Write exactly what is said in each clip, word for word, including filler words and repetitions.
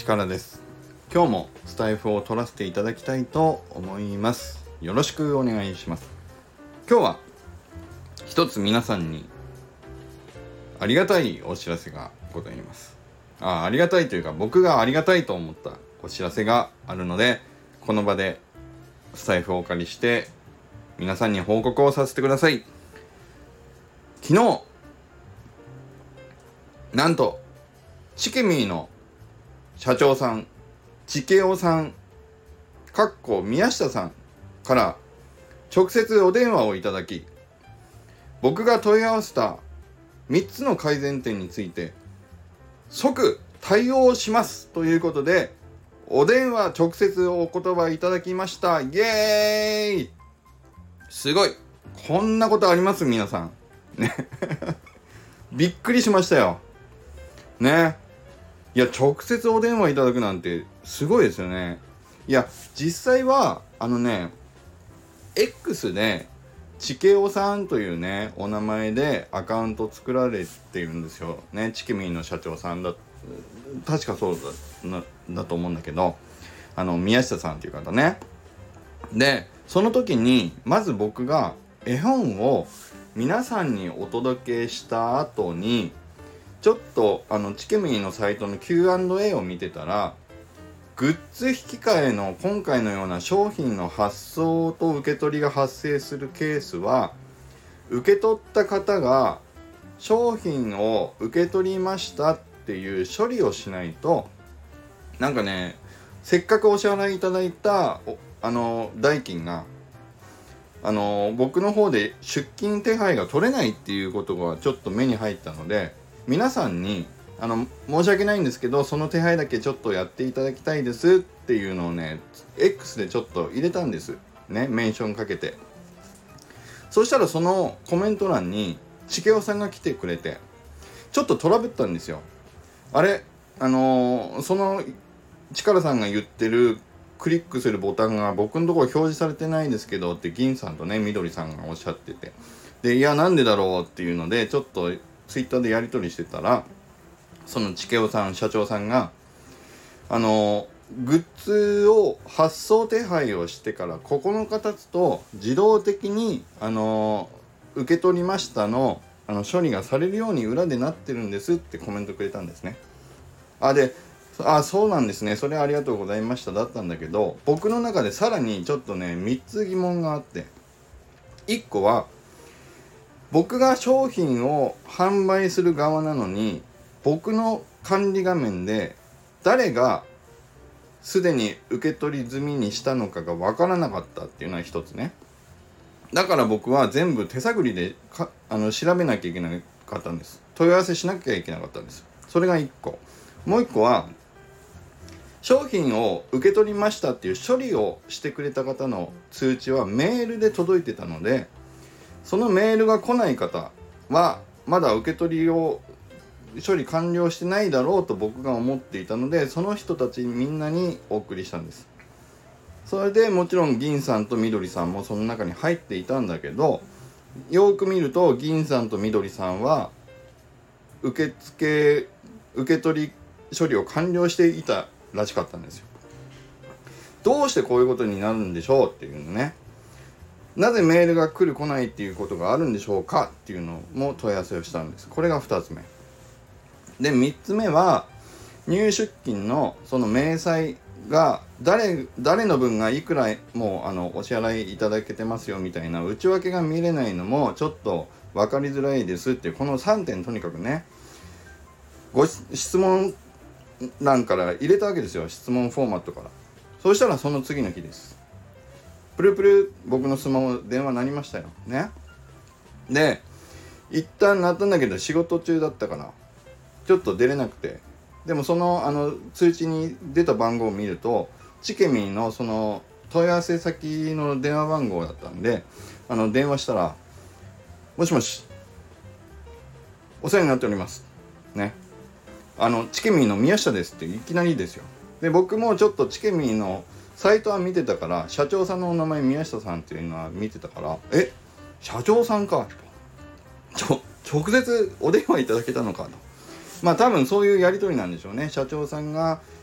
力です。今日もスタイフを取らせていただきたいと思います。よろしくお願いします。今日は一つ皆さんにありがたいお知らせがございます。あ、ありがたいというか僕がありがたいと思ったお知らせがあるので、この場でスタイフをお借りして皆さんに報告をさせてください。昨日なんとチケミーの社長さん、チケオさん、かっこ宮下さんから直接お電話をいただき、僕が問い合わせたみっつの改善点について即対応しますということで、お電話直接お言葉いただきました。イエーイ！すごい！こんなことあります皆さんねびっくりしましたよね。いや、直接お電話いただくなんてすごいですよね。いや、実際はあのね X でチケオさんというねお名前でアカウント作られているんですよね。チケミーの社長さんだ、確かそうだなだと思うんだけど、あの宮下さんという方ね。でその時にまず僕が絵本を皆さんにお届けした後にちょっとあのチケミーのサイトの キューアンドエー を見てたら、グッズ引き換えの今回のような商品の発送と受け取りが発生するケースは、受け取った方が商品を受け取りましたっていう処理をしないと、なんかね、せっかくお支払いいただいたあの代金があの僕の方で出金手配が取れないっていうことがちょっと目に入ったので、皆さんにあの申し訳ないんですけど、その手配だけちょっとやっていただきたいですっていうのをね X でちょっと入れたんですね、メンションかけて。そしたらそのコメント欄にチケオさんが来てくれて、ちょっとトラブったんですよ。あれあのー、その力さんが言ってるクリックするボタンが僕のところ表示されてないですけどって銀さんとね緑さんがおっしゃってて、でいやなんでだろうっていうのでちょっとツイッターでやり取りしてたら、そのチケオさん社長さんがあのグッズを発送手配をしてからここのか経つと自動的にあの受け取りましたのあの処理がされるように裏でなってるんですってコメントくれたんですね。あであそうなんですね、それありがとうございましただったんだけど、僕の中でさらにちょっとねみっつ疑問があって、いっこは僕が商品を販売する側なのに僕の管理画面で誰がすでに受け取り済みにしたのかが分からなかったっていうのは一つね。だから僕は全部手探りでかあの調べなきゃいけなかったんです。問い合わせしなきゃいけなかったんです。それがいっこ。もういっこは商品を受け取りましたっていう処理をしてくれた方の通知はメールで届いてたので、そのメールが来ない方はまだ受け取りを処理完了してないだろうと僕が思っていたので、その人たちみんなにお送りしたんです。それでもちろん銀さんと緑さんもその中に入っていたんだけど、よく見ると銀さんと緑さんは受付受け取り処理を完了していたらしかったんですよ。どうしてこういうことになるんでしょうっていうのね。なぜメールが来る来ないっていうことがあるんでしょうかっていうのも問い合わせをしたんです。これがふたつめで、みっつめは入出金のその明細が誰誰の分がいくらもうあのお支払いいただけてますよみたいな内訳が見れないのもちょっと分かりづらいですっていう、このさんてんとにかくねご質問欄から入れたわけですよ、質問フォーマットから。そうしたらその次の日です。プルプル僕のスマホ電話鳴りましたよね。で一旦鳴ったんだけど仕事中だったからちょっと出れなくて、でもそのあの通知に出た番号を見るとチケミーのその問い合わせ先の電話番号だったんで、あの電話したらもしもしお世話になっておりますね、あのチケミーの宮下ですっていきなりですよ。で僕もちょっとチケミーのサイトは見てたから、社長さんのお名前宮下さんっていうのは見てたから、え社長さんかちょ直接お電話いただけたのかと。まあ多分そういうやり取りなんでしょうね。社長さんが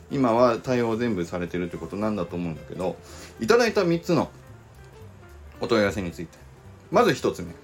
今は対応全部されてるってことなんだと思うんだけど、いただいたみっつのお問い合わせについて、まずひとつめ、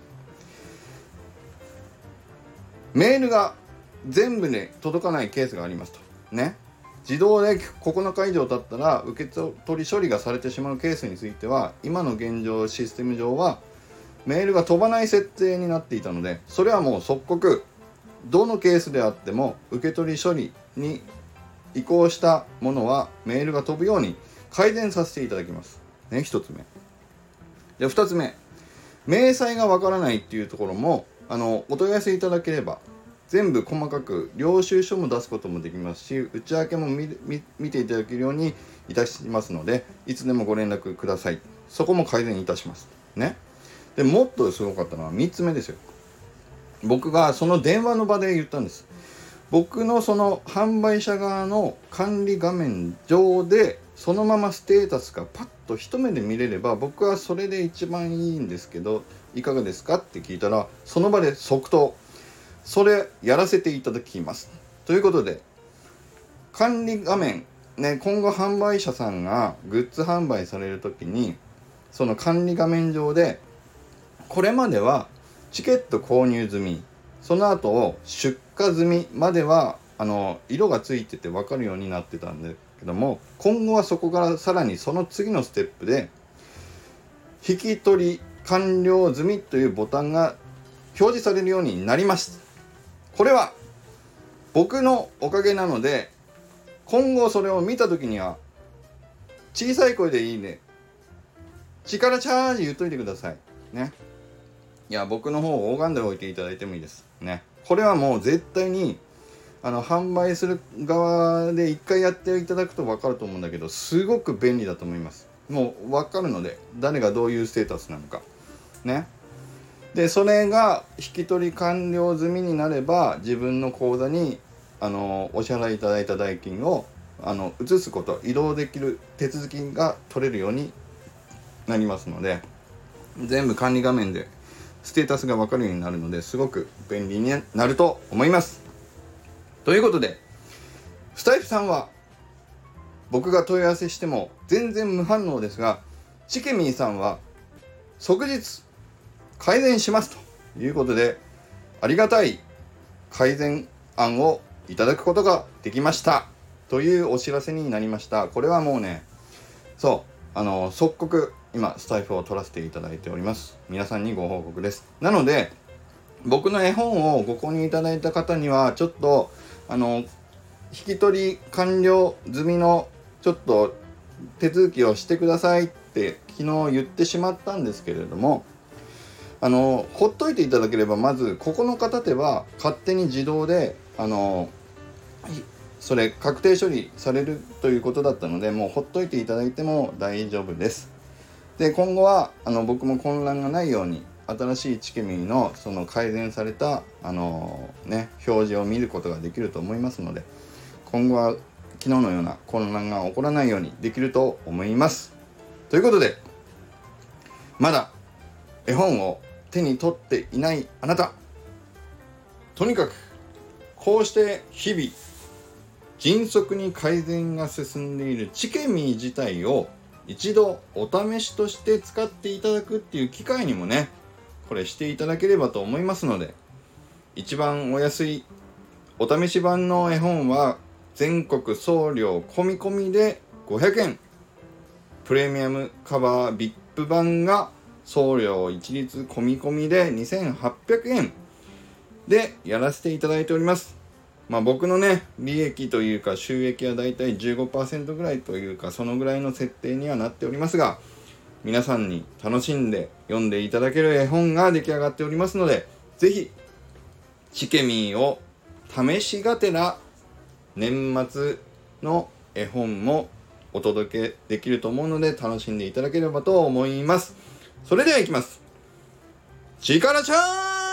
メールが全部で届かないケースがありますとね。自動でここのか以上経ったら受け取り処理がされてしまうケースについては、今の現状システム上はメールが飛ばない設定になっていたので、それはもう即刻どのケースであっても受け取り処理に移行したものはメールが飛ぶように改善させていただきますね。ひとつめで、ふたつめ、明細がわからないっていうところもあのお問い合わせいただければ全部細かく領収書も出すこともできますし、内訳も 見, 見, 見ていただけるようにいたしますので、いつでもご連絡ください。そこも改善いたしますね。でもっとすごかったのはみっつめですよ。僕がその電話の場で言ったんです。僕のその販売者側の管理画面上でそのままステータスがパッと一目で見れれば、僕はそれで一番いいんですけどいかがですかって聞いたら、その場で即答、それやらせていただきますということで、管理画面ね、今後販売者さんがグッズ販売されるときにその管理画面上で、これまではチケット購入済み、その後出荷済みまではあの色がついてて分かるようになってたんだけども、今後はそこからさらにその次のステップで引き取り完了済みというボタンが表示されるようになります。これは僕のおかげなので、今後それを見た時には小さい声でいいね、力チャージ言っといてくださいね。いや、僕の方を拝んでおいていただいてもいいですね。これはもう絶対にあの販売する側で一回やっていただくと分かると思うんだけど、すごく便利だと思います。もう分かるので、誰がどういうステータスなのかね。でそれが引き取り完了済みになれば、自分の口座にあのお支払いいただいた代金をあの移すこと、移動できる手続きが取れるようになりますので、全部管理画面でステータスが分かるようになるので、すごく便利になると思います。ということで、スタイフさんは僕が問い合わせしても全然無反応ですが、チケミーさんは即日改善しますということで、ありがたい改善案をいただくことができましたというお知らせになりました。これはもうね、そうあの即刻今スタイフを取らせていただいております。皆さんにご報告です。なので僕の絵本をご購入いただいた方にはちょっとあの引き取り完了済みのちょっと手続きをしてくださいって昨日言ってしまったんですけれども、あのほっといていただければ、まずここの方では勝手に自動であのそれ確定処理されるということだったので、もうほっといていただいても大丈夫です。で今後はあの僕も混乱がないように新しいチケミーのその改善されたあの、ね、表示を見ることができると思いますので、今後は昨日のような混乱が起こらないようにできると思います。ということで、まだ絵本を手に取っていないあなた、とにかくこうして日々迅速に改善が進んでいるチケミー自体を一度お試しとして使っていただくっていう機会にもね、これしていただければと思いますので、一番お安いお試し版の絵本は全国送料込み込みでごひゃくえん、プレミアムカバー ブイアイピー 版が送料一律込み込みでにせんはっぴゃくえんでやらせていただいております。まあ僕のね利益というか収益はだいたい じゅうごパーセント ぐらいというか、そのぐらいの設定にはなっておりますが、皆さんに楽しんで読んでいただける絵本が出来上がっておりますので、ぜひチケミーを試しがてら年末の絵本もお届けできると思うので、楽しんでいただければと思います。それではいきます。力チャ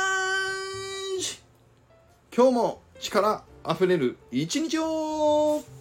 ージ。今日も力あふれる一日を。